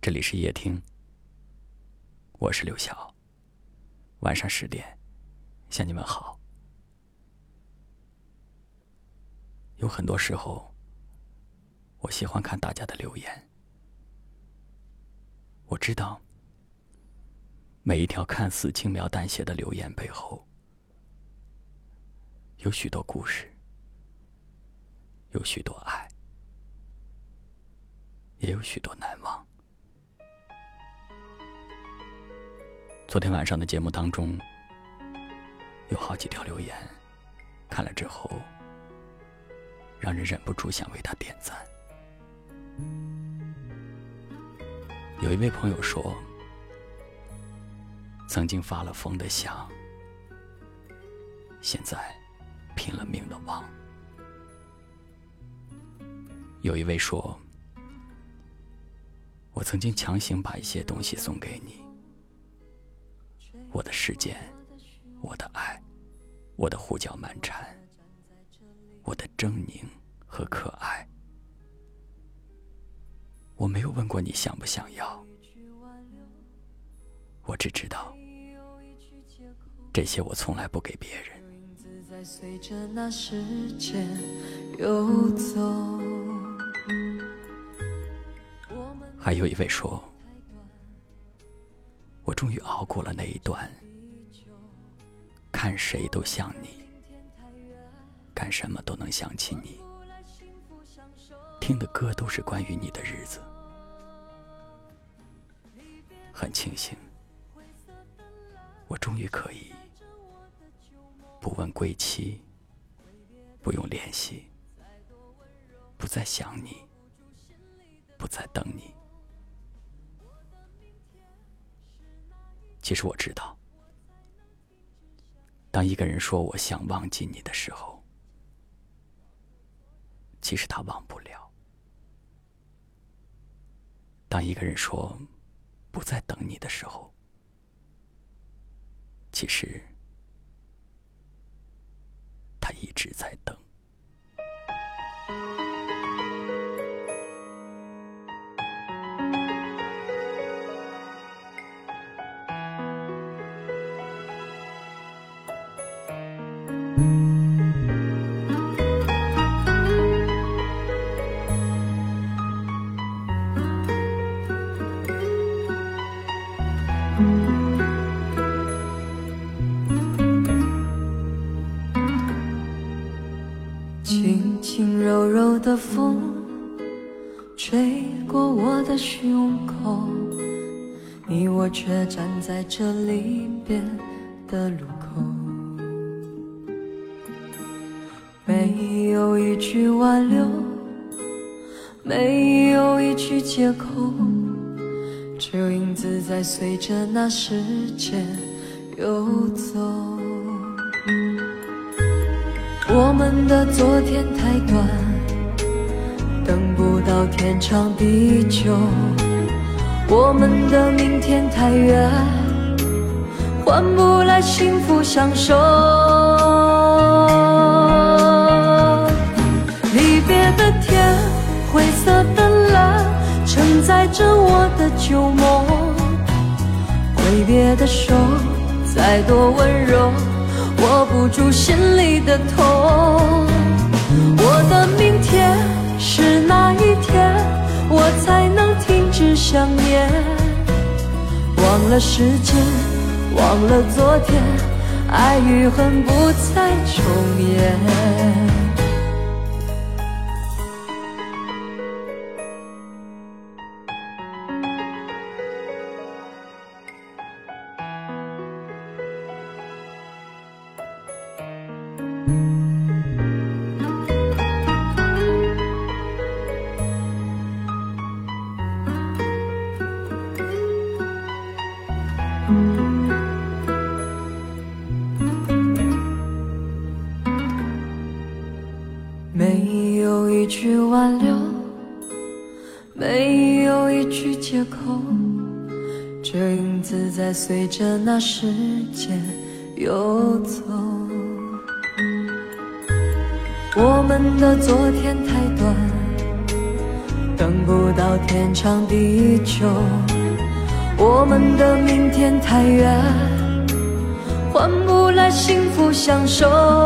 这里是夜听，我是刘晓。晚上10点向你们好。有很多时候，我喜欢看大家的留言。我知道，每一条看似轻描淡写的留言背后，有许多故事，有许多爱，也有许多难忘。昨天晚上的节目当中，有好几条留言，看了之后，让人忍不住想为他点赞。有一位朋友说，曾经发了疯的想，现在拼了命的忘。有一位说，我曾经强行把一些东西送给你，我的时间，我的爱，我的胡搅蛮缠，我的狰狞和可爱。我没有问过你想不想要，我只知道这些我从来不给别人。 随着那时间游走。 还有一位说，我终于熬过了那一段看谁都像你，干什么都能想起你，听的歌都是关于你的日子。很庆幸，我终于可以不问归期，不用联系，不再想你，不再等你。其实我知道，当一个人说我想忘记你的时候，其实他忘不了。当一个人说不再等你的时候，其实他一直在等。 轻轻柔柔的风吹过我的胸口，你我却站在这离别的路口。没有一句挽留，没有一句借口，只有影子在随着那时间游走。我们的昨天太短，等不到天长地久，我们的明天太远，换不来幸福相守。离别的天，灰色的蓝，承载着我的旧梦。挥别的手，再多温柔，握不住心里的痛。我的明天是哪一天，我才能停止想念？忘了时间，忘了昨天，爱与恨不再重演。没有一句挽留，没有一句借口，这影子在随着那时间游走。我们的昨天太短， 等不到天长地久，我们的明天太远，换不来幸福相守。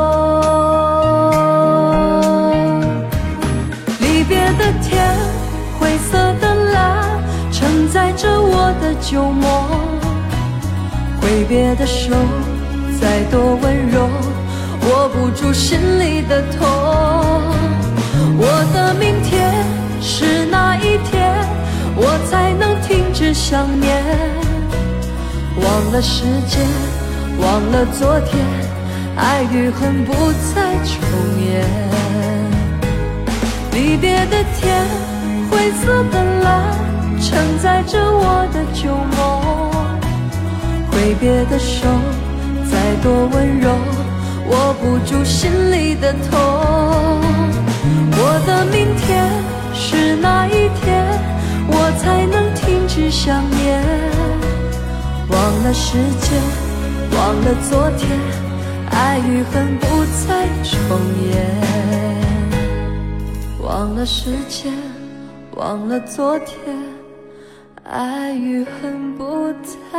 离别的天，灰色的蓝，承载着我的旧梦。挥别的手，再多温柔，握不住心里的痛。我的明天是哪一天，我才能停止想念？忘了时间，忘了昨天，爱与恨不再重演。离别的天，灰色的蓝，承载着我的旧梦。挥别的手，再多温柔，握不住心里的痛。我的明天是哪一天，我才能停止想念？忘了时间，忘了昨天，爱与恨不再重演。忘了时间，忘了昨天，爱与恨不再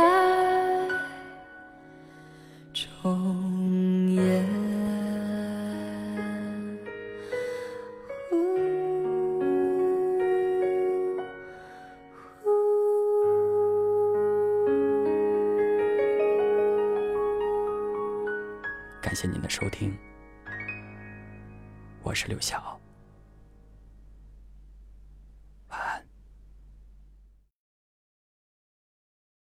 重演。 感谢您的收听，我是刘晓。